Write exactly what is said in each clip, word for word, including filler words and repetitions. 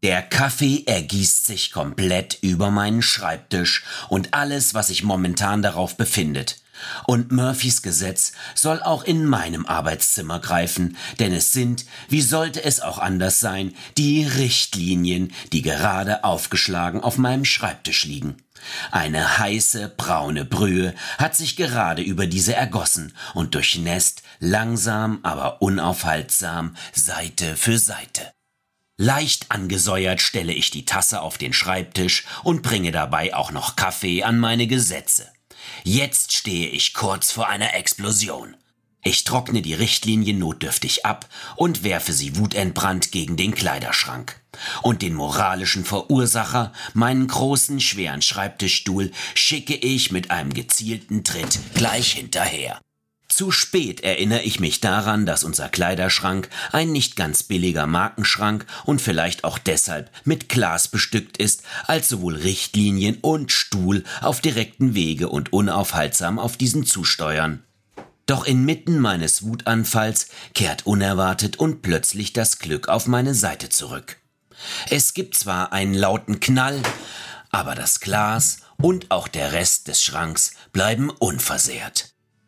Der Kaffee ergießt sich komplett über meinen Schreibtisch und alles, was sich momentan darauf befindet. Und Murphys Gesetz soll auch in meinem Arbeitszimmer greifen, denn es sind, wie sollte es auch anders sein, die Richtlinien, die gerade aufgeschlagen auf meinem Schreibtisch liegen. Eine heiße, braune Brühe hat sich gerade über diese ergossen und durchnässt langsam, aber unaufhaltsam Seite für Seite. Leicht angesäuert stelle ich die Tasse auf den Schreibtisch und bringe dabei auch noch Kaffee an meine Gesetze. Jetzt stehe ich kurz vor einer Explosion. Ich trockne die Richtlinien notdürftig ab und werfe sie wutentbrannt gegen den Kleiderschrank. Und den moralischen Verursacher, meinen großen, schweren Schreibtischstuhl, schicke ich mit einem gezielten Tritt gleich hinterher. Zu spät erinnere ich mich daran, dass unser Kleiderschrank ein nicht ganz billiger Markenschrank und vielleicht auch deshalb mit Glas bestückt ist, als sowohl Richtlinien und Stuhl auf direkten Wege und unaufhaltsam auf diesen zusteuern. Doch inmitten meines Wutanfalls kehrt unerwartet und plötzlich das Glück auf meine Seite zurück. Es gibt zwar einen lauten Knall, aber das Glas und auch der Rest des Schranks bleiben unversehrt.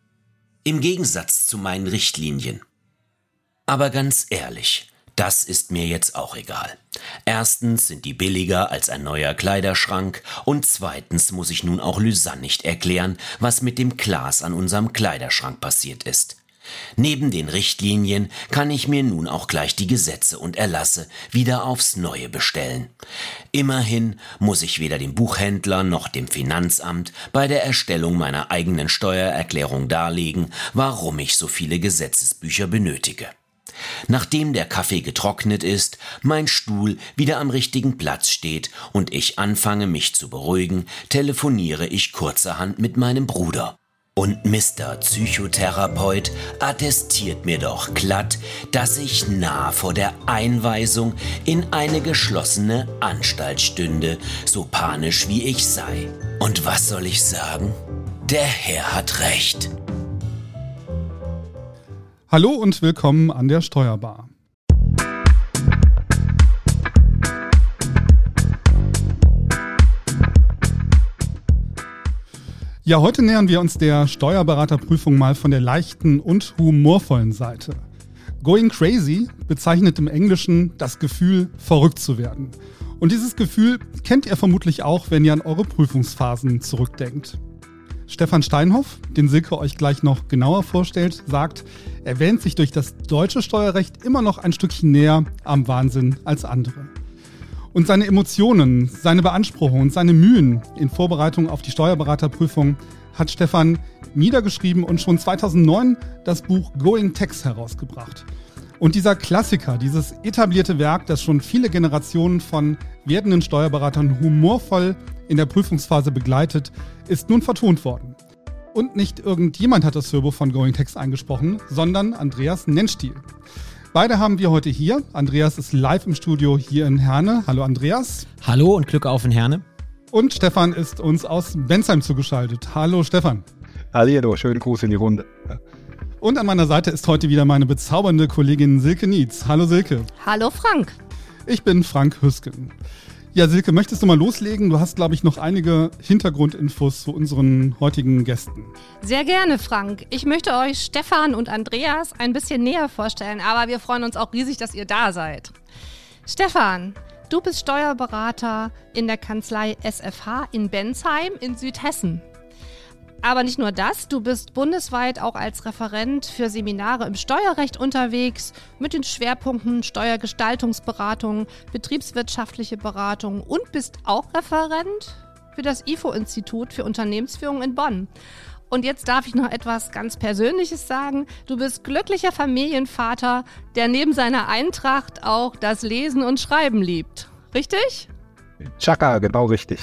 Im Gegensatz zu meinen Richtlinien. Aber ganz ehrlich, das ist mir jetzt auch egal. Erstens sind die billiger als ein neuer Kleiderschrank und zweitens muss ich nun auch Lysanne nicht erklären, was mit dem Glas an unserem Kleiderschrank passiert ist. Neben den Richtlinien kann ich mir nun auch gleich die Gesetze und Erlasse wieder aufs Neue bestellen. Immerhin muss ich weder dem Buchhändler noch dem Finanzamt bei der Erstellung meiner eigenen Steuererklärung darlegen, warum ich so viele Gesetzesbücher benötige. Nachdem der Kaffee getrocknet ist, mein Stuhl wieder am richtigen Platz steht und ich anfange, mich zu beruhigen, telefoniere ich kurzerhand mit meinem Bruder. Und Mister Psychotherapeut attestiert mir doch glatt, dass ich nah vor der Einweisung in eine geschlossene Anstalt stünde, so panisch wie ich sei. Und was soll ich sagen? Der Herr hat recht. Hallo und willkommen an der Steuerbar. Ja, heute nähern wir uns der Steuerberaterprüfung mal von der leichten und humorvollen Seite. Going crazy bezeichnet im Englischen das Gefühl, verrückt zu werden. Und dieses Gefühl kennt ihr vermutlich auch, wenn ihr an eure Prüfungsphasen zurückdenkt. Stefan Steinhoff, den Silke euch gleich noch genauer vorstellt, sagt, er wähnt sich durch das deutsche Steuerrecht immer noch ein Stückchen näher am Wahnsinn als andere. Und seine Emotionen, seine Beanspruchung und seine Mühen in Vorbereitung auf die Steuerberaterprüfung hat Stefan niedergeschrieben und schon zweitausendneun das Buch Going Tax herausgebracht. Und dieser Klassiker, dieses etablierte Werk, das schon viele Generationen von werdenden Steuerberatern humorvoll in der Prüfungsphase begleitet, ist nun vertont worden. Und nicht irgendjemand hat das Hörbuch von Going Tax eingesprochen, sondern Andreas Nennstiel. Beide haben wir heute hier. Andreas ist live im Studio hier in Herne. Hallo Andreas. Hallo und Glück auf in Herne. Und Stefan ist uns aus Bensheim zugeschaltet. Hallo Stefan. Hallo, schönen Gruß in die Runde. Und an meiner Seite ist heute wieder meine bezaubernde Kollegin Silke Nietz. Hallo Silke. Hallo Frank. Ich bin Frank Hüsken. Ja, Silke, möchtest du mal loslegen? Du hast, glaube ich, noch einige Hintergrundinfos zu unseren heutigen Gästen. Sehr gerne, Frank. Ich möchte euch Stefan und Andreas ein bisschen näher vorstellen, aber wir freuen uns auch riesig, dass ihr da seid. Stefan, du bist Steuerberater in der Kanzlei S F H in Bensheim in Südhessen. Aber nicht nur das, du bist bundesweit auch als Referent für Seminare im Steuerrecht unterwegs mit den Schwerpunkten Steuergestaltungsberatung, betriebswirtschaftliche Beratung und bist auch Referent für das I F O-Institut für Unternehmensführung in Bonn. Und jetzt darf ich noch etwas ganz Persönliches sagen. Du bist glücklicher Familienvater, der neben seiner Eintracht auch das Lesen und Schreiben liebt. Richtig? Chaka, genau richtig.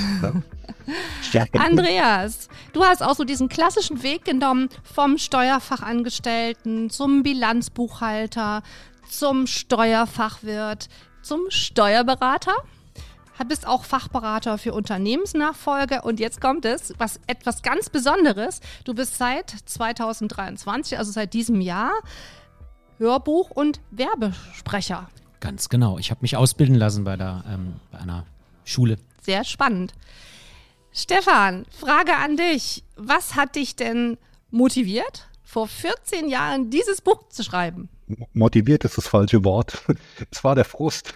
Andreas, du hast auch so diesen klassischen Weg genommen vom Steuerfachangestellten zum Bilanzbuchhalter, zum Steuerfachwirt, zum Steuerberater. Du bist auch Fachberater für Unternehmensnachfolge und jetzt kommt es, was etwas ganz Besonderes. Du bist seit zweitausenddreiundzwanzig, also seit diesem Jahr, Hörbuch- und Werbesprecher. Ganz genau. Ich habe mich ausbilden lassen bei, der, ähm, bei einer Schule. Sehr spannend. Stefan, Frage an dich. Was hat dich denn motiviert, vor vierzehn Jahren dieses Buch zu schreiben? Motiviert ist das falsche Wort. Es war der Frust.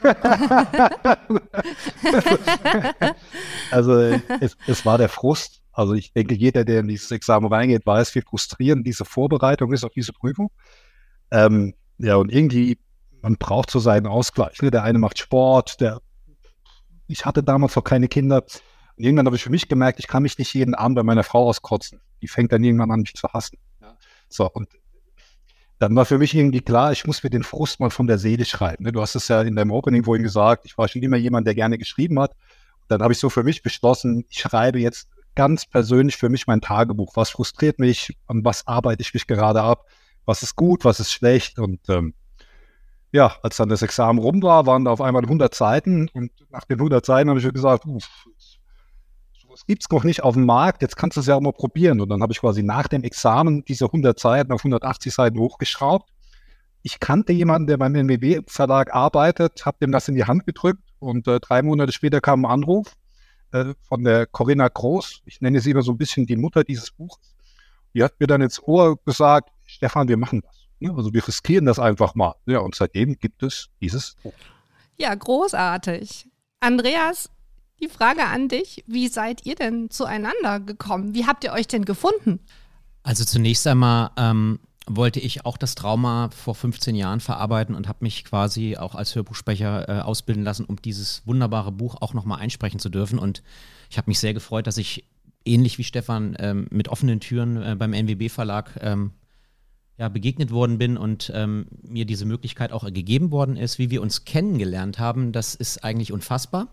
Also es, es war der Frust. Also ich denke, jeder, der in dieses Examen reingeht, weiß, wie frustrierend diese Vorbereitung ist auf diese Prüfung. Ähm, ja, und irgendwie, man braucht so seinen Ausgleich. Ne? Der eine macht Sport, der ich hatte damals noch keine Kinder. Und irgendwann habe ich für mich gemerkt, ich kann mich nicht jeden Abend bei meiner Frau auskotzen. Die fängt dann irgendwann an, mich zu hassen. Ja. So, und dann war für mich irgendwie klar, ich muss mir den Frust mal von der Seele schreiben. Ne? Du hast es ja in deinem Opening vorhin gesagt, ich war schon immer jemand, der gerne geschrieben hat. Dann habe ich so für mich beschlossen, ich schreibe jetzt ganz persönlich für mich mein Tagebuch. Was frustriert mich? An was arbeite ich mich gerade ab? Was ist gut? Was ist schlecht? Und ähm, ja, als dann das Examen rum war, waren da auf einmal hundert Seiten. Und nach den hundert Seiten habe ich gesagt, uff, sowas gibt es noch nicht auf dem Markt. Jetzt kannst du es ja auch mal probieren. Und dann habe ich quasi nach dem Examen diese hundert Seiten auf hundertachtzig Seiten hochgeschraubt. Ich kannte jemanden, der beim N W B-Verlag arbeitet, habe dem das in die Hand gedrückt. Und äh, drei Monate später kam ein Anruf äh, von der Corinna Groß. Ich nenne sie immer so ein bisschen die Mutter dieses Buches. Die hat mir dann ins Ohr gesagt, Stefan, wir machen das. Ja, also wir riskieren das einfach mal. Ja, und seitdem gibt es dieses Buch. Ja, großartig. Andreas, die Frage an dich, wie seid ihr denn zueinander gekommen? Wie habt ihr euch denn gefunden? Also zunächst einmal ähm, wollte ich auch das Trauma vor fünfzehn Jahren verarbeiten und habe mich quasi auch als Hörbuchsprecher äh, ausbilden lassen, um dieses wunderbare Buch auch nochmal einsprechen zu dürfen. Und ich habe mich sehr gefreut, dass ich ähnlich wie Stefan ähm, mit offenen Türen äh, beim N W B-Verlag ähm, ja, begegnet worden bin und ähm, mir diese Möglichkeit auch gegeben worden ist. Wie wir uns kennengelernt haben, das ist eigentlich unfassbar.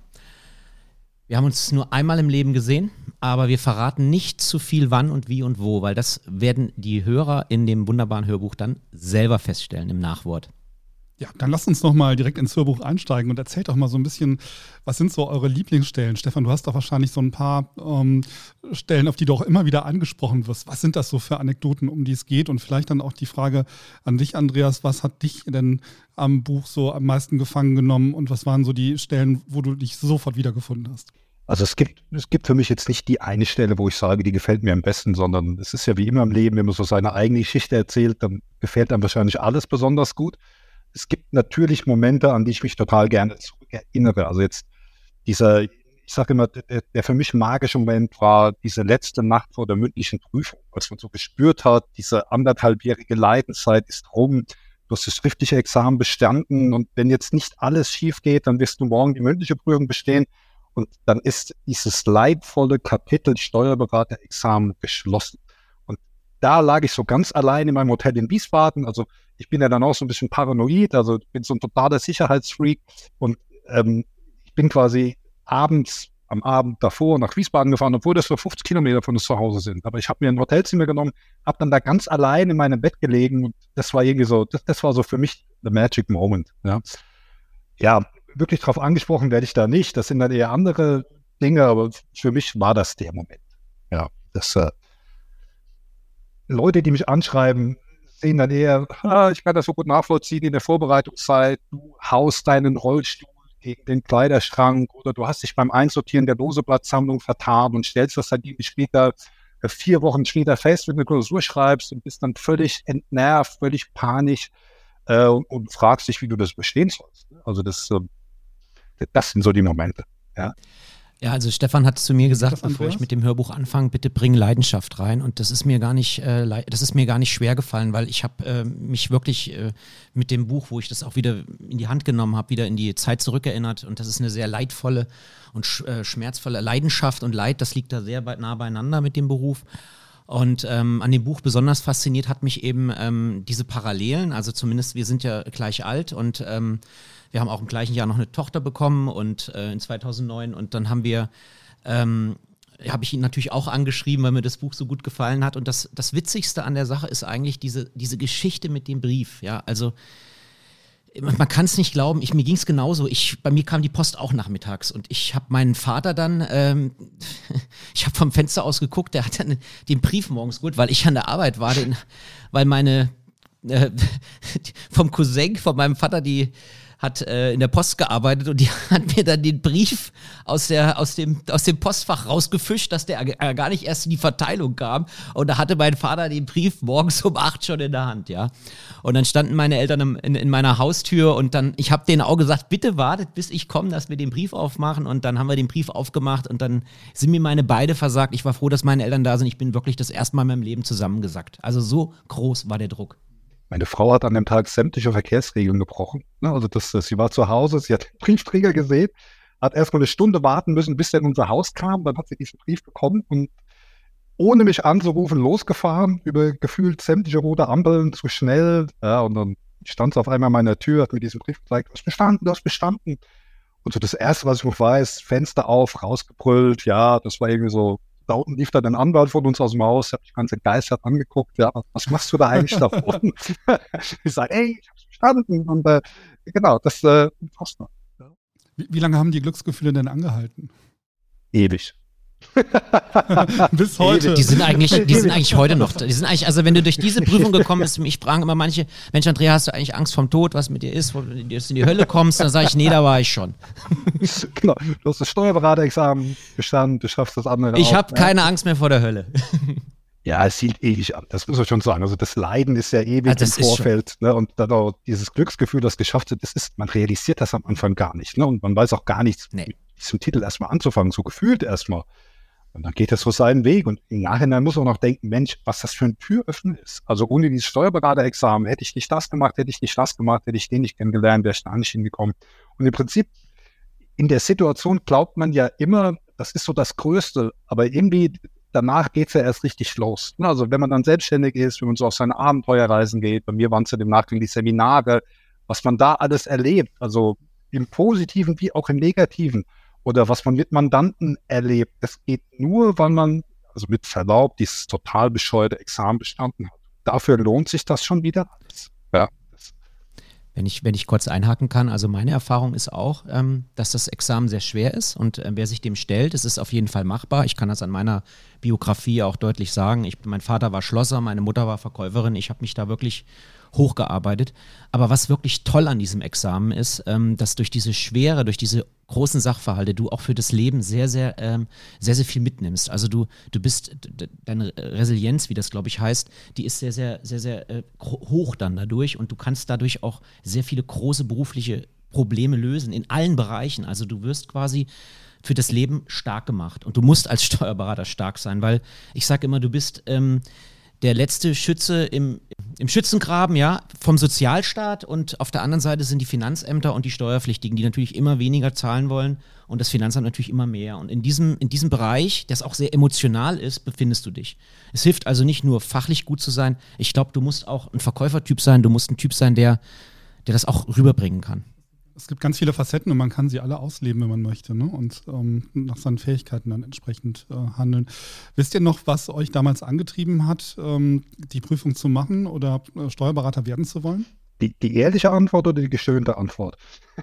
Wir haben uns nur einmal im Leben gesehen, aber wir verraten nicht zu viel wann und wie und wo, weil das werden die Hörer in dem wunderbaren Hörbuch dann selber feststellen im Nachwort. Ja, dann lasst uns noch mal direkt ins Hörbuch einsteigen und erzählt doch mal so ein bisschen, was sind so eure Lieblingsstellen? Stefan, du hast doch wahrscheinlich so ein paar ähm, Stellen, auf die du auch immer wieder angesprochen wirst. Was sind das so für Anekdoten, um die es geht? Und vielleicht dann auch die Frage an dich, Andreas, was hat dich denn am Buch so am meisten gefangen genommen und was waren so die Stellen, wo du dich sofort wiedergefunden hast? Also es gibt, es gibt für mich jetzt nicht die eine Stelle, wo ich sage, die gefällt mir am besten, sondern es ist ja wie immer im Leben, wenn man so seine eigene Geschichte erzählt, dann gefällt einem wahrscheinlich alles besonders gut. Es gibt natürlich Momente, an die ich mich total gerne zurückerinnere. Also jetzt dieser, ich sage immer, der, der für mich magische Moment war diese letzte Nacht vor der mündlichen Prüfung, als man so gespürt hat, diese anderthalbjährige Leidenszeit ist rum, du hast das schriftliche Examen bestanden und wenn jetzt nicht alles schief geht, dann wirst du morgen die mündliche Prüfung bestehen und dann ist dieses leidvolle Kapitel Steuerberaterexamen geschlossen. Und da lag ich so ganz allein in meinem Hotel in Wiesbaden, also ich bin ja dann auch so ein bisschen paranoid, also ich bin so ein totaler Sicherheitsfreak und ähm, ich bin quasi abends, am Abend davor nach Wiesbaden gefahren, obwohl das nur fünfzig Kilometer von uns zu Hause sind. Aber ich habe mir ein Hotelzimmer genommen, habe dann da ganz allein in meinem Bett gelegen und das war irgendwie so, das, das war so für mich the magic moment. Ja, ja wirklich drauf angesprochen werde ich da nicht, das sind dann eher andere Dinge, aber für mich war das der Moment. Ja, das äh, Leute, die mich anschreiben, sehen dann eher, ah, ich kann das so gut nachvollziehen in der Vorbereitungszeit, du haust deinen Rollstuhl gegen den Kleiderschrank oder du hast dich beim Einsortieren der Loseblattsammlung vertan und stellst das dann später, vier Wochen später fest, wenn du eine Klausur schreibst und bist dann völlig entnervt, völlig panisch äh, und, und fragst dich, wie du das bestehen sollst. Also das, äh, das sind so die Momente, ja. Ja, also Stefan hat zu mir gesagt, bevor ich mit dem Hörbuch anfange, bitte bring Leidenschaft rein. Und das ist mir gar nicht, äh, das ist mir gar nicht schwer gefallen, weil ich habe äh, mich wirklich äh, mit dem Buch, wo ich das auch wieder in die Hand genommen habe, wieder in die Zeit zurückerinnert. Und das ist eine sehr leidvolle und sch- äh, schmerzvolle Leidenschaft und Leid. Das liegt da sehr nah beieinander mit dem Beruf. Und ähm, an dem Buch besonders fasziniert hat mich eben ähm, diese Parallelen. Also zumindest, wir sind ja gleich alt und ähm, wir haben auch im gleichen Jahr noch eine Tochter bekommen und äh, in zweitausendneun und dann haben wir, ähm, habe ich ihn natürlich auch angeschrieben, weil mir das Buch so gut gefallen hat und das, das Witzigste an der Sache ist eigentlich diese, diese Geschichte mit dem Brief, ja, also man kann es nicht glauben, ich, mir ging es genauso, ich, bei mir kam die Post auch nachmittags und ich habe meinen Vater dann, ähm, ich habe vom Fenster aus geguckt, der hat dann den Brief morgens geholt, weil ich an der Arbeit war, den, weil meine, äh, vom Cousin, von meinem Vater, die hat äh, in der Post gearbeitet und die hat mir dann den Brief aus, der, aus, dem, aus dem Postfach rausgefischt, dass der äh, gar nicht erst in die Verteilung kam. Und da hatte mein Vater den Brief morgens um acht schon in der Hand, ja. Und dann standen meine Eltern im, in, in meiner Haustür und dann, ich habe denen auch gesagt, bitte wartet, bis ich komme, dass wir den Brief aufmachen. Und dann haben wir den Brief aufgemacht und dann sind mir meine Beine versagt. Ich war froh, dass meine Eltern da sind. Ich bin wirklich das erste Mal in meinem Leben zusammengesackt. Also so groß war der Druck. Meine Frau hat an dem Tag sämtliche Verkehrsregeln gebrochen. Also das, sie war zu Hause, sie hat den Briefträger gesehen, hat erst mal eine Stunde warten müssen, bis der in unser Haus kam. Dann hat sie diesen Brief bekommen und ohne mich anzurufen losgefahren, über gefühlt sämtliche rote Ampeln, zu schnell. Ja, und dann stand sie auf einmal an meiner Tür, hat mir diesen Brief gezeigt, du hast bestanden, du hast bestanden. Und so das Erste, was ich noch weiß, Fenster auf, rausgebrüllt. Ja, das war irgendwie so, da unten lief dann ein Anwalt von uns aus dem Haus, hat mich ganz entgeistert angeguckt, ja, was machst du da eigentlich da unten? Ich sage, ey, ich hab's verstanden. Und äh, genau, das äh, passt noch. Ja. Wie, wie lange haben die Glücksgefühle denn angehalten? Ewig. Bis heute. Die sind eigentlich, die sind eigentlich heute noch. Die sind eigentlich, also wenn du durch diese Prüfung gekommen bist, mich fragen immer manche, Mensch, Andrea, hast du eigentlich Angst vom Tod, was mit dir ist, wo du jetzt in die Hölle kommst? Dann sage ich, nee, da war ich schon. Genau, du hast das Steuerberaterexamen bestanden, du schaffst das andere Ich habe ja. keine Angst mehr vor der Hölle. Ja, es hielt ewig an, das muss man schon sagen. Also das Leiden ist ja ewig ja, das im Vorfeld. Ne? Und dann auch dieses Glücksgefühl, das geschafft wird, das ist, man realisiert das am Anfang gar nicht. Ne? Und man weiß auch gar nichts, nee. mit diesem Titel erstmal anzufangen, so gefühlt erstmal. Und dann geht das so seinen Weg. Und im Nachhinein muss man noch denken, Mensch, was das für ein Türöffner ist. Also ohne dieses Steuerberaterexamen hätte ich nicht das gemacht, hätte ich nicht das gemacht, hätte ich den nicht kennengelernt, wäre ich da nicht hingekommen. Und im Prinzip, in der Situation glaubt man ja immer, das ist so das Größte. Aber irgendwie, danach geht es ja erst richtig los. Also wenn man dann selbstständig ist, wenn man so auf seine Abenteuerreisen geht, bei mir waren es ja im Nachgang die Seminare, was man da alles erlebt, also im Positiven wie auch im Negativen. Oder was man mit Mandanten erlebt, das geht nur, weil man, also mit Verlaub, dieses total bescheuerte Examen bestanden hat. Dafür lohnt sich das schon wieder alles. Ja. Wenn ich, wenn ich kurz einhaken kann, also meine Erfahrung ist auch, ähm, dass das Examen sehr schwer ist und äh, wer sich dem stellt, es ist auf jeden Fall machbar. Ich kann das an meiner Biografie auch deutlich sagen. Ich, mein Vater war Schlosser, meine Mutter war Verkäuferin. Ich habe mich da wirklich hochgearbeitet. Aber was wirklich toll an diesem Examen ist, ähm, dass durch diese Schwere, durch diese großen Sachverhalte du auch für das Leben sehr, sehr, ähm, sehr, sehr viel mitnimmst. Also du, du bist, deine Resilienz, wie das glaube ich heißt, die ist sehr, sehr, sehr, sehr äh, hoch dann dadurch und du kannst dadurch auch sehr viele große berufliche Probleme lösen in allen Bereichen. Also du wirst quasi für das Leben stark gemacht und du musst als Steuerberater stark sein, weil ich sage immer, du bist ähm, der letzte Schütze im, im Schützengraben, ja, vom Sozialstaat und auf der anderen Seite sind die Finanzämter und die Steuerpflichtigen, die natürlich immer weniger zahlen wollen und das Finanzamt natürlich immer mehr. Und in diesem, in diesem Bereich, das auch sehr emotional ist, befindest du dich. Es hilft also nicht nur fachlich gut zu sein, ich glaube, du musst auch ein Verkäufertyp sein, du musst ein Typ sein, der, der das auch rüberbringen kann. Es gibt ganz viele Facetten und man kann sie alle ausleben, wenn man möchte, ne? Und ähm, nach seinen Fähigkeiten dann entsprechend äh, handeln. Wisst ihr noch, was euch damals angetrieben hat, ähm, die Prüfung zu machen oder äh, Steuerberater werden zu wollen? Die, die ehrliche Antwort oder die geschönte Antwort?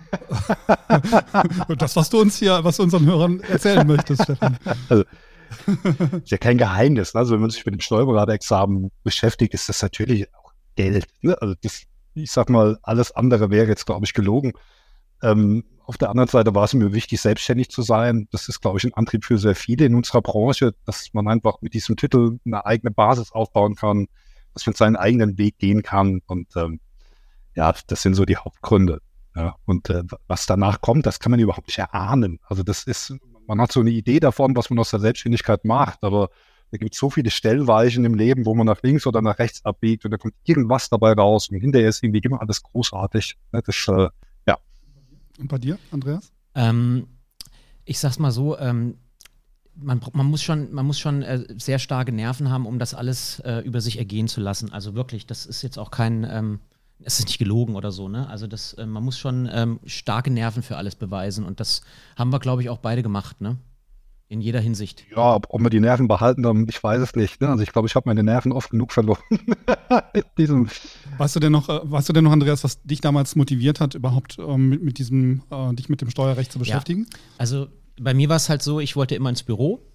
Das, was du uns hier, was du unseren Hörern erzählen möchtest, Stefan. Also, ist ja kein Geheimnis. Also wenn man sich mit dem Steuerberaterexamen beschäftigt, ist das natürlich auch Geld. Ne? Also das, ich sag mal, alles andere wäre jetzt, glaube ich, gelogen. Ähm, auf der anderen Seite war es mir wichtig, selbstständig zu sein. Das ist, glaube ich, ein Antrieb für sehr viele in unserer Branche, dass man einfach mit diesem Titel eine eigene Basis aufbauen kann, dass man seinen eigenen Weg gehen kann. Und ähm, ja, das sind so die Hauptgründe. Ja. Und äh, was danach kommt, das kann man überhaupt nicht erahnen. Also das ist, man hat so eine Idee davon, was man aus der Selbstständigkeit macht, aber da gibt es so viele Stellweichen im Leben, wo man nach links oder nach rechts abbiegt und da kommt irgendwas dabei raus und hinterher ist irgendwie immer alles großartig. Das ist, äh, ja. Und bei dir, Andreas? Ähm, ich sag's mal so, ähm, man, man muss schon, man muss schon äh, sehr starke Nerven haben, um das alles äh, über sich ergehen zu lassen. Also wirklich, das ist jetzt auch kein, ähm, es ist nicht gelogen oder so, ne? Also das, äh, man muss schon ähm, starke Nerven für alles beweisen und das haben wir, glaube ich, auch beide gemacht, ne? In jeder Hinsicht. Ja, ob, ob wir die Nerven behalten haben, ich weiß es nicht. Ne? Also ich glaube, ich habe meine Nerven oft genug verloren. diesem weißt du denn noch, äh, weißt du denn noch, Andreas, was dich damals motiviert hat, überhaupt ähm, mit, mit diesem, äh, dich mit dem Steuerrecht zu beschäftigen? Ja, also bei mir war es halt so, ich wollte immer ins Büro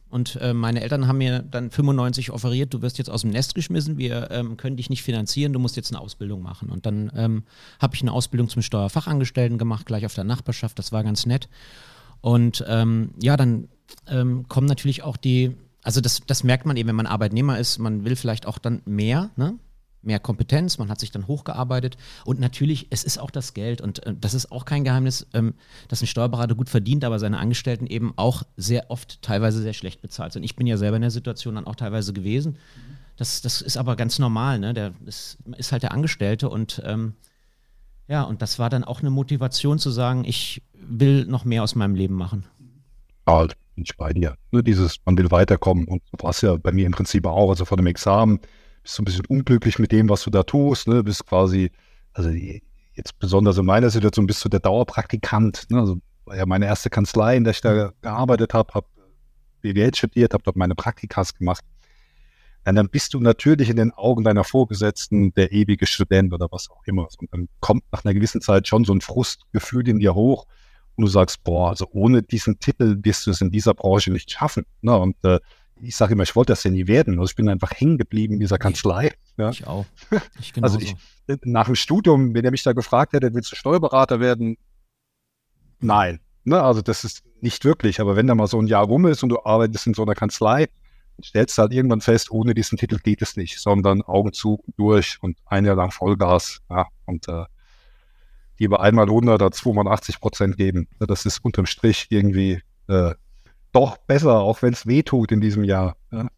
Und äh, meine Eltern haben mir dann fünfundneunzig offeriert, du wirst jetzt aus dem Nest geschmissen, wir ähm, können dich nicht finanzieren, du musst jetzt eine Ausbildung machen. Und dann ähm, habe ich eine Ausbildung zum Steuerfachangestellten gemacht, gleich auf der Nachbarschaft, das war ganz nett. Und ähm, ja, dann ähm, kommen natürlich auch die, also das, das merkt man eben, wenn man Arbeitnehmer ist, man will vielleicht auch dann mehr, ne? Mehr Kompetenz, man hat sich dann hochgearbeitet und natürlich, es ist auch das Geld und äh, das ist auch kein Geheimnis, ähm, dass ein Steuerberater gut verdient, aber seine Angestellten eben auch sehr oft teilweise sehr schlecht bezahlt sind. Ich bin ja selber in der Situation dann auch teilweise gewesen. Das, das ist aber ganz normal, ne? Der ist, ist halt der Angestellte und ähm, ja, und das war dann auch eine Motivation zu sagen, ich will noch mehr aus meinem Leben machen. Ja, bin ich bei dir. Nur dieses, man will weiterkommen und du warst ja bei mir im Prinzip auch, also vor dem Examen, bist du ein bisschen unglücklich mit dem, was du da tust, ne? Bist quasi, also jetzt besonders in meiner Situation, bist du der Dauerpraktikant, ne? Also war ja meine erste Kanzlei, in der ich da gearbeitet habe, habe B W L studiert, habe dort meine Praktikas gemacht. Und dann bist du natürlich in den Augen deiner Vorgesetzten der ewige Student oder was auch immer. Und dann kommt nach einer gewissen Zeit schon so ein Frustgefühl in dir hoch und du sagst, boah, also ohne diesen Titel wirst du es in dieser Branche nicht schaffen, ne? Und äh, ich sage immer, ich wollte das ja nie werden. Also ich bin einfach hängen geblieben in dieser Kanzlei. Ja. Ich auch. Ich genauso. Also ich, nach dem Studium, wenn er mich da gefragt hätte, willst du Steuerberater werden? Nein. Ne, also das ist nicht wirklich. Aber wenn da mal so ein Jahr rum ist und du arbeitest in so einer Kanzlei, dann stellst du halt irgendwann fest, ohne diesen Titel geht es nicht, sondern Augen zu, durch und ein Jahr lang Vollgas. Ja, und äh, lieber einmal hundert oder zweiundachtzig Prozent geben. Das ist unterm Strich irgendwie äh, doch besser, auch wenn es weh tut in diesem Jahr. Ja.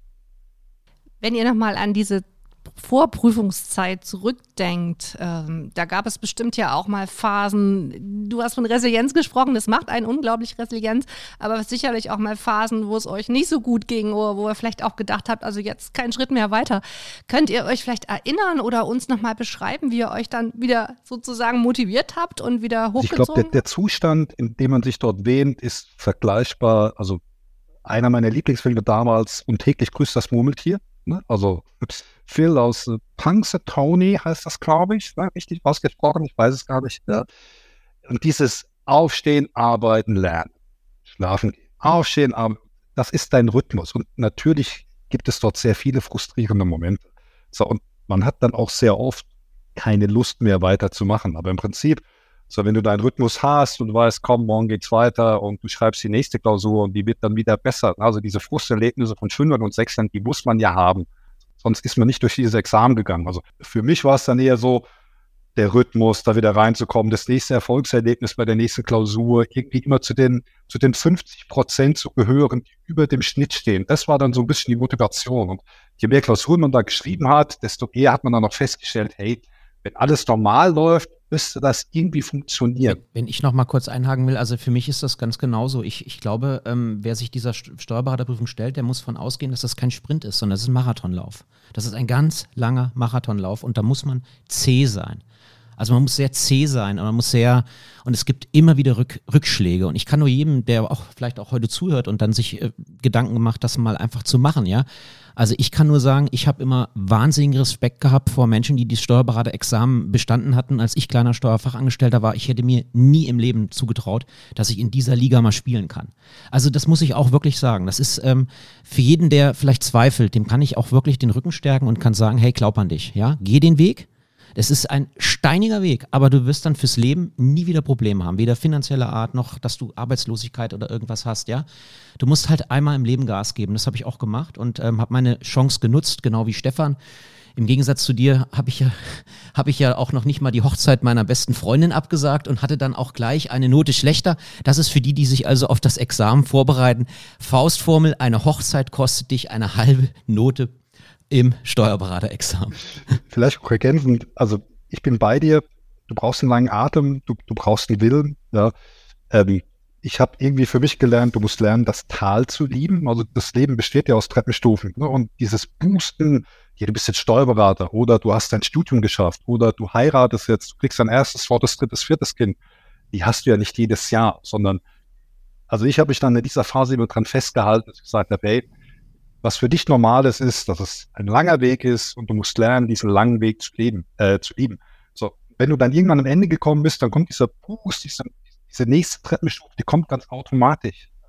Wenn ihr nochmal an diese Vorprüfungszeit zurückdenkt, ähm, da gab es bestimmt ja auch mal Phasen, du hast von Resilienz gesprochen, das macht einen unglaublich Resilienz, aber sicherlich auch mal Phasen, wo es euch nicht so gut ging oder wo ihr vielleicht auch gedacht habt, also jetzt kein Schritt mehr weiter. Könnt ihr euch vielleicht erinnern oder uns nochmal beschreiben, wie ihr euch dann wieder sozusagen motiviert habt und wieder hochgezogen? Ich glaube, der, der Zustand, in dem man sich dort wähnt, ist vergleichbar, also einer meiner Lieblingsfilme damals, Und täglich grüßt das Murmeltier. Ne? Also Phil aus äh, Punxsutawney heißt das, glaube ich, ne? Richtig ausgesprochen, ich weiß es gar nicht. Ja? Und dieses Aufstehen, Arbeiten, Lernen, Schlafen, Aufstehen, Arbeiten, das ist dein Rhythmus. Und natürlich gibt es dort sehr viele frustrierende Momente. So, und man hat dann auch sehr oft keine Lust mehr weiterzumachen. Aber im Prinzip, so wenn du deinen Rhythmus hast und du weißt, komm, morgen geht's weiter und du schreibst die nächste Klausur und die wird dann wieder besser. Also diese Frusterlebnisse von Fünfern und Sechsern, die muss man ja haben. Sonst ist man nicht durch dieses Examen gegangen. Also für mich war es dann eher so, der Rhythmus, da wieder reinzukommen, das nächste Erfolgserlebnis bei der nächsten Klausur, irgendwie immer zu den, zu den fünfzig Prozent zu gehören, die über dem Schnitt stehen. Das war dann so ein bisschen die Motivation. Und je mehr Klausuren man da geschrieben hat, desto eher hat man dann noch festgestellt, hey, wenn alles normal läuft, müsste das irgendwie funktionieren. Wenn ich noch mal kurz einhaken will, also für mich ist das ganz genauso. Ich, ich glaube, ähm, wer sich dieser Steuerberaterprüfung stellt, der muss davon ausgehen, dass das kein Sprint ist, sondern das ist ein Marathonlauf. Das ist ein ganz langer Marathonlauf und da muss man zäh sein. Also man muss sehr zäh sein und man muss sehr, und es gibt immer wieder Rück, Rückschläge und ich kann nur jedem, der auch vielleicht auch heute zuhört und dann sich äh, Gedanken gemacht, das mal einfach zu machen, ja. Also ich kann nur sagen, ich habe immer wahnsinnigen Respekt gehabt vor Menschen, die die Steuerberater-Examen bestanden hatten, als ich kleiner Steuerfachangestellter war. Ich hätte mir nie im Leben zugetraut, dass ich in dieser Liga mal spielen kann. Also das muss ich auch wirklich sagen. Das ist ähm, für jeden, der vielleicht zweifelt, dem kann ich auch wirklich den Rücken stärken und kann sagen, hey, glaub an dich, ja, geh den Weg. Es ist ein steiniger Weg, aber du wirst dann fürs Leben nie wieder Probleme haben, weder finanzieller Art noch, dass du Arbeitslosigkeit oder irgendwas hast, ja. Du musst halt einmal im Leben Gas geben, das habe ich auch gemacht und ähm, habe meine Chance genutzt, genau wie Stefan. Im Gegensatz zu dir habe ich ja, habe ich ja auch noch nicht mal die Hochzeit meiner besten Freundin abgesagt und hatte dann auch gleich eine Note schlechter. Das ist für die, die sich also auf das Examen vorbereiten. Faustformel, eine Hochzeit kostet dich eine halbe Note im Steuerberaterexamen. Vielleicht ergänzend, also ich bin bei dir, du brauchst einen langen Atem, du, du brauchst einen Willen. Ja. Ähm, ich habe irgendwie für mich gelernt, du musst lernen, das Tal zu lieben. Also das Leben besteht ja aus Treppenstufen. Ne? Und dieses Boosten, ja, du bist jetzt Steuerberater oder du hast dein Studium geschafft oder du heiratest jetzt, du kriegst dein erstes, zweites, drittes, viertes Kind. Die hast du ja nicht jedes Jahr, sondern, also ich habe mich dann in dieser Phase immer dran festgehalten, dass ich gesagt habe, hey, was für dich normal ist, ist, dass es ein langer Weg ist und du musst lernen, diesen langen Weg zu leben, äh, zu lieben. So, wenn du dann irgendwann am Ende gekommen bist, dann kommt dieser Boost, dieser, diese nächste Treppenstufe, die kommt ganz automatisch.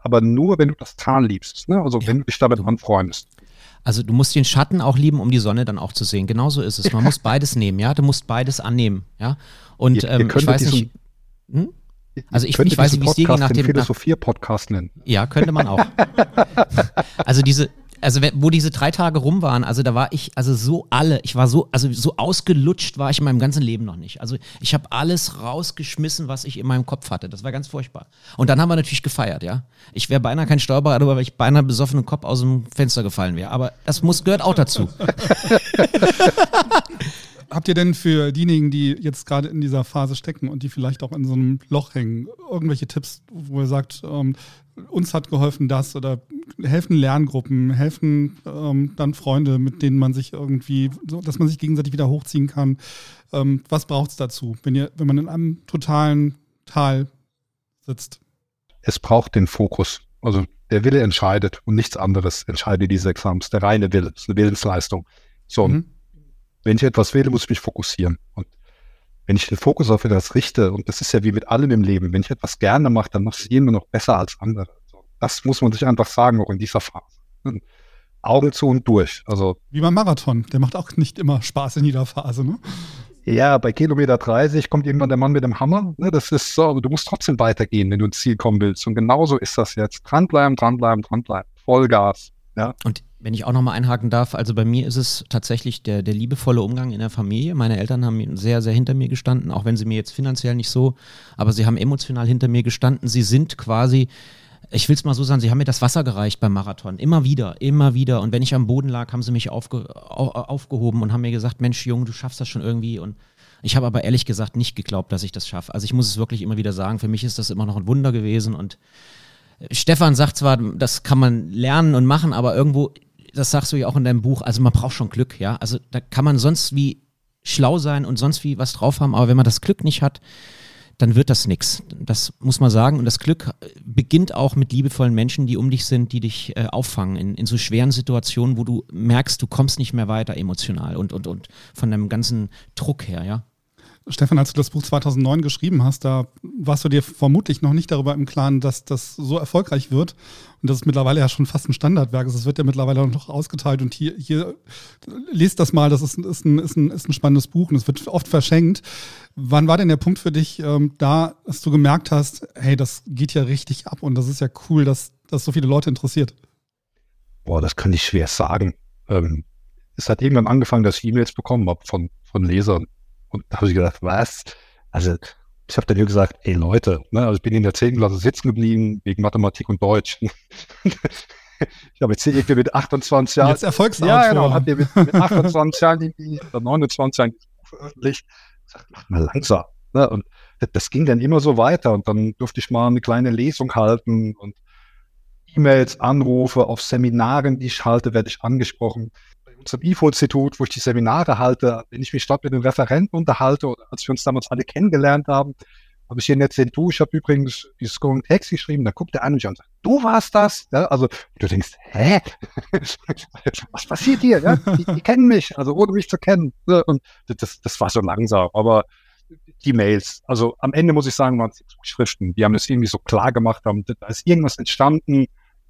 aber nur, wenn du das Tal liebst, ne? Also ja. wenn du dich damit anfreundest. Also du musst den Schatten auch lieben, um die Sonne dann auch zu sehen. Genauso ist es. Man muss beides nehmen, ja. Du musst beides annehmen, ja. Und ihr, ähm, ihr ich weiß diesen, nicht. Hm? Also ich, ich weiß nicht, wie es dir ging nach dem Philosophie-Podcast nennen. Ja, könnte man auch. Also diese, also wo diese drei Tage rum waren, also da war ich, also so alle, ich war so, also so ausgelutscht war ich in meinem ganzen Leben noch nicht. Also ich habe alles rausgeschmissen, was ich in meinem Kopf hatte. Das war ganz furchtbar. Und dann haben wir natürlich gefeiert, ja. Ich wäre beinahe kein Steuerberater, weil ich beinahe besoffenen Kopf aus dem Fenster gefallen wäre. Aber das muss, gehört auch dazu. Habt ihr denn für diejenigen, die jetzt gerade in dieser Phase stecken und die vielleicht auch in so einem Loch hängen, irgendwelche Tipps, wo ihr sagt, ähm, uns hat geholfen das oder helfen Lerngruppen, helfen ähm, dann Freunde, mit denen man sich irgendwie, so, dass man sich gegenseitig wieder hochziehen kann. Ähm, was braucht es dazu, wenn ihr, wenn man in einem totalen Tal sitzt? Es braucht den Fokus. Also der Wille entscheidet und nichts anderes entscheidet diese Examens. Der reine Wille, das ist eine Willensleistung. So, mhm. Wenn ich etwas will, muss ich mich fokussieren. Und wenn ich den Fokus auf etwas richte, und das ist ja wie mit allem im Leben, wenn ich etwas gerne mache, dann mache ich es immer noch besser als andere. Das muss man sich einfach sagen, auch in dieser Phase. Augen zu und durch. Also, wie beim Marathon, der macht auch nicht immer Spaß in jeder Phase, ne? Ja, bei Kilometer dreißig kommt irgendwann der Mann mit dem Hammer. Ne? Das ist so, aber du musst trotzdem weitergehen, wenn du ins Ziel kommen willst. Und genauso ist das jetzt. Dranbleiben, dranbleiben, dranbleiben. Vollgas. Ja. Und wenn ich auch nochmal einhaken darf, also bei mir ist es tatsächlich der, der liebevolle Umgang in der Familie. Meine Eltern haben sehr, sehr hinter mir gestanden, auch wenn sie mir jetzt finanziell nicht so, aber sie haben emotional hinter mir gestanden. Sie sind quasi, ich will es mal so sagen, sie haben mir das Wasser gereicht beim Marathon. Immer wieder, immer wieder. Und wenn ich am Boden lag, haben sie mich aufge, au, aufgehoben und haben mir gesagt, Mensch, Junge, du schaffst das schon irgendwie. Und ich habe aber ehrlich gesagt nicht geglaubt, dass ich das schaffe. Also ich muss es wirklich immer wieder sagen, für mich ist das immer noch ein Wunder gewesen. Und Stefan sagt zwar, das kann man lernen und machen, aber irgendwo, das sagst du ja auch in deinem Buch, also man braucht schon Glück, ja. Also da kann man sonst wie schlau sein und sonst wie was drauf haben, aber wenn man das Glück nicht hat, dann wird das nichts. Das muss man sagen. Und das Glück beginnt auch mit liebevollen Menschen, die um dich sind, die dich äh, auffangen in, in so schweren Situationen, wo du merkst, du kommst nicht mehr weiter emotional und, und, und von deinem ganzen Druck her, ja. Stefan, als du das Buch zweitausendneun geschrieben hast, da warst du dir vermutlich noch nicht darüber im Klaren, dass das so erfolgreich wird und dass es mittlerweile ja schon fast ein Standardwerk ist. Es wird ja mittlerweile noch ausgeteilt und hier, hier lest das mal, das ist, ist, ein, ist, ein, ist ein spannendes Buch und es wird oft verschenkt. Wann war denn der Punkt für dich, ähm, da, dass du gemerkt hast, hey, das geht ja richtig ab und das ist ja cool, dass das so viele Leute interessiert? Boah, das kann ich schwer sagen. Ähm, es hat irgendwann angefangen, dass ich E-Mails bekommen habe von, von Lesern. Und da habe ich gedacht, was? Also ich habe dann hier gesagt, ey Leute, ne, also ich bin in der zehnten Klasse sitzen geblieben wegen Mathematik und Deutsch. Ich habe jetzt irgendwie mit achtundzwanzig Jahren. Jetzt Erfolgsautor. Ja, genau. Habt ihr mit, mit achtundzwanzig Jahren irgendwie, oder neunundzwanzig Jahren veröffentlicht. Ich sagte, macht mal langsam. Ne? Und das, das ging dann immer so weiter. Und dann durfte ich mal eine kleine Lesung halten und E-Mails, Anrufe auf Seminaren, die ich halte, werde ich angesprochen. Zum I F O-Institut, wo ich die Seminare halte, wenn ich mich dort mit den Referenten unterhalte, oder als wir uns damals alle kennengelernt haben, habe ich hier nicht erzählt, du, ich habe übrigens die Scoring Text geschrieben, da guckt der an und sagt, du warst das? Ja, also du denkst, hä? Was passiert hier? Ja? Die, die kennen mich, also ohne mich zu kennen. Und das, das war so langsam, aber die Mails, also am Ende muss ich sagen, waren es die Zuschriften, die haben das irgendwie so klar gemacht, haben, da ist irgendwas entstanden,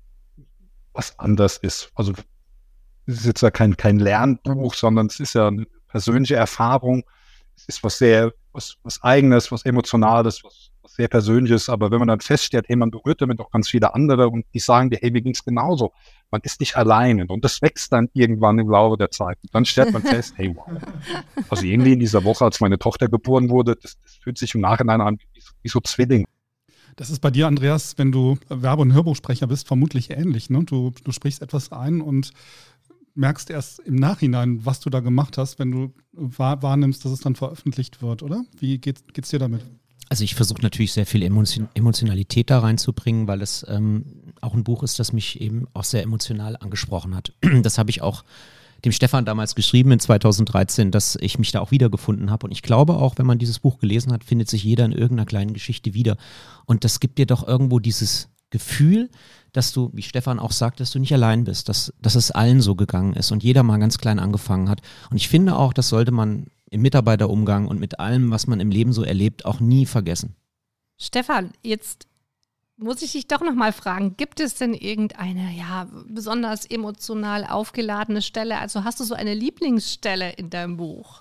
was anders ist. Also es ist jetzt ja kein, kein Lernbuch, sondern es ist ja eine persönliche Erfahrung. Es ist was sehr, was, was Eigenes, was Emotionales, was, was sehr Persönliches. Aber wenn man dann feststellt, hey, man berührt damit auch ganz viele andere und die sagen dir, hey, mir ging es genauso. Man ist nicht alleine und das wächst dann irgendwann im Laufe der Zeit. Und dann stellt man fest, hey, wow. Also irgendwie in dieser Woche, als meine Tochter geboren wurde, das, das fühlt sich im Nachhinein an wie, wie so Zwilling. Das ist bei dir, Andreas, wenn du Werbe- und Hörbuchsprecher bist, vermutlich ähnlich. Ne? Du, du sprichst etwas ein und merkst erst im Nachhinein, was du da gemacht hast, wenn du wahr, wahrnimmst, dass es dann veröffentlicht wird, oder? Wie geht, geht's dir damit? Also ich versuche natürlich sehr viel Emotion, Emotionalität da reinzubringen, weil es ähm, auch ein Buch ist, das mich eben auch sehr emotional angesprochen hat. Das habe ich auch dem Stefan damals geschrieben in zweitausenddreizehn, dass ich mich da auch wiedergefunden habe. Und ich glaube auch, wenn man dieses Buch gelesen hat, findet sich jeder in irgendeiner kleinen Geschichte wieder. Und das gibt dir doch irgendwo dieses Gefühl, dass du, wie Stefan auch sagt, dass du nicht allein bist, dass, dass es allen so gegangen ist und jeder mal ganz klein angefangen hat. Und ich finde auch, das sollte man im Mitarbeiterumgang und mit allem, was man im Leben so erlebt, auch nie vergessen. Stefan, jetzt muss ich dich doch noch mal fragen, gibt es denn irgendeine, ja, besonders emotional aufgeladene Stelle? Also hast du so eine Lieblingsstelle in deinem Buch?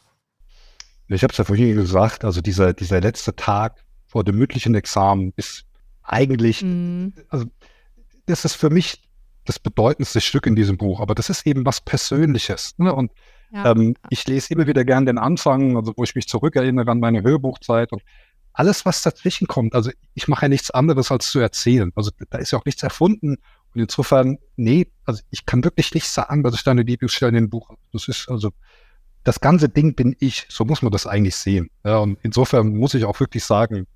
Ich habe es ja vorhin gesagt, also dieser, dieser letzte Tag vor dem mündlichen Examen ist eigentlich, mhm. also das ist für mich das bedeutendste Stück in diesem Buch, aber das ist eben was Persönliches. Ne? Und ja. ähm, ich lese immer wieder gern den Anfang, also wo ich mich zurückerinnere an meine Hörbuchzeit und alles, was dazwischen kommt, also ich mache ja nichts anderes als zu erzählen. Also da ist ja auch nichts erfunden. Und insofern, nee, also ich kann wirklich nicht sagen, dass ich da eine Lieblingsstelle in dem Buch habe. Das ist also, das ganze Ding bin ich, so muss man das eigentlich sehen. Ja, und insofern muss ich auch wirklich sagen,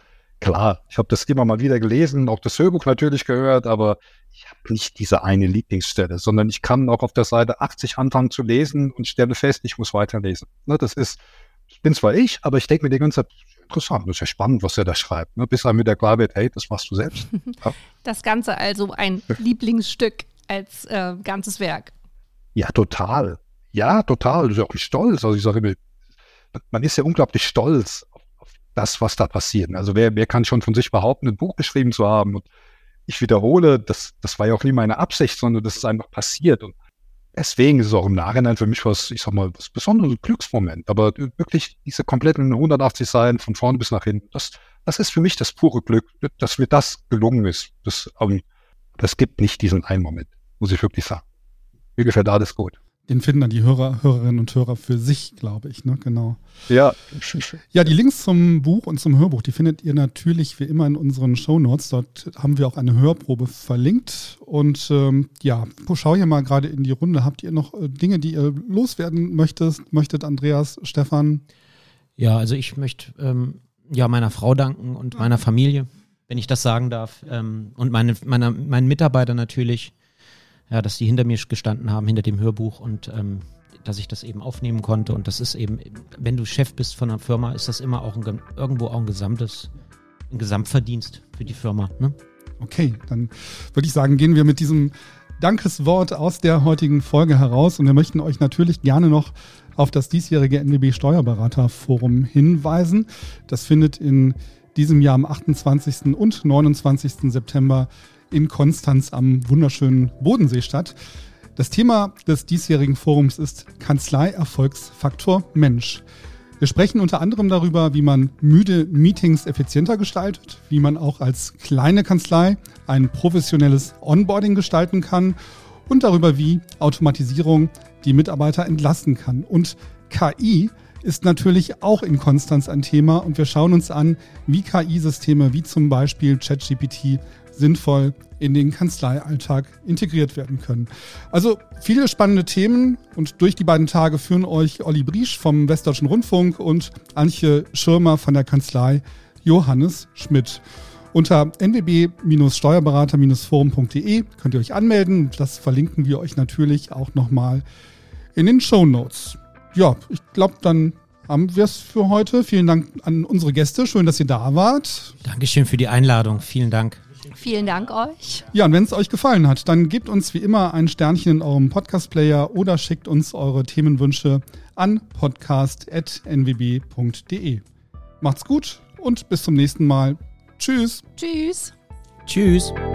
klar, ich habe das immer mal wieder gelesen, auch das Hörbuch natürlich gehört, aber ich habe nicht diese eine Lieblingsstelle, sondern ich kann auch auf der Seite achtzig anfangen zu lesen und stelle fest, ich muss weiterlesen. Ne, das ist, das bin zwar ich, aber ich denke mir die ganze Zeit, interessant, das ist ja spannend, was er da schreibt, ne? Bis er mit der klar wird, hey, das machst du selbst. Ja. Das Ganze also ein Lieblingsstück als äh, ganzes Werk. Ja, total. Ja, total. Das ist ja auch stolz. Also ich sage immer, man ist ja unglaublich stolz auf, auf das, was da passiert. Also wer, wer kann schon von sich behaupten, ein Buch geschrieben zu haben? Und ich wiederhole, das, das war ja auch nie meine Absicht, sondern das ist einfach passiert. Und deswegen ist es auch im Nachhinein für mich was, ich sag mal, was Besonderes, ein Glücksmoment. Aber wirklich diese kompletten hundertachtzig Seiten von vorne bis nach hinten, das, das ist für mich das pure Glück, dass mir das gelungen ist. Das, um, das gibt nicht diesen einen Moment, muss ich wirklich sagen. Mir gefällt alles gut. Den finden dann die Hörer, Hörerinnen und Hörer für sich, glaube ich, ne? Genau. Ja. Ja, die Links zum Buch und zum Hörbuch, die findet ihr natürlich wie immer in unseren Shownotes. Dort haben wir auch eine Hörprobe verlinkt. Und ähm, ja, schau hier mal gerade in die Runde. Habt ihr noch äh, Dinge, die ihr loswerden möchtet, möchtet, Andreas, Stefan? Ja, also ich möchte ähm, ja meiner Frau danken und meiner Familie, wenn ich das sagen darf. Ähm, und meine, meiner, meinen Mitarbeitern natürlich. Ja, dass die hinter mir gestanden haben, hinter dem Hörbuch und ähm, dass ich das eben aufnehmen konnte. Und das ist eben, wenn du Chef bist von einer Firma, ist das immer auch ein, irgendwo auch ein gesamtes, ein Gesamtverdienst für die Firma. Ne? Okay, dann würde ich sagen, gehen wir mit diesem Dankeswort aus der heutigen Folge heraus. Und wir möchten euch natürlich gerne noch auf das diesjährige N W B Steuerberaterforum hinweisen. Das findet in diesem Jahr am achtundzwanzigsten und neunundzwanzigsten September in Konstanz am wunderschönen Bodensee statt. Das Thema des diesjährigen Forums ist Kanzlei-Erfolgsfaktor Mensch. Wir sprechen unter anderem darüber, wie man müde Meetings effizienter gestaltet, wie man auch als kleine Kanzlei ein professionelles Onboarding gestalten kann und darüber, wie Automatisierung die Mitarbeiter entlasten kann. Und K I ist natürlich auch in Konstanz ein Thema und wir schauen uns an, wie K I-Systeme wie zum Beispiel ChatGPT sinnvoll in den Kanzleialltag integriert werden können. Also viele spannende Themen und durch die beiden Tage führen euch Olli Briesch vom Westdeutschen Rundfunk und Antje Schirmer von der Kanzlei Johannes Schmidt. Unter n w b Steuerberater Forum punkt d e könnt ihr euch anmelden. Das verlinken wir euch natürlich auch nochmal in den Shownotes. Ja, ich glaube, dann haben wir es für heute. Vielen Dank an unsere Gäste. Schön, dass ihr da wart. Dankeschön für die Einladung. Vielen Dank. Vielen Dank euch. Ja, und wenn es euch gefallen hat, dann gebt uns wie immer ein Sternchen in eurem Podcast-Player oder schickt uns eure Themenwünsche an podcast at n w b punkt d e. Macht's gut und bis zum nächsten Mal. Tschüss. Tschüss. Tschüss.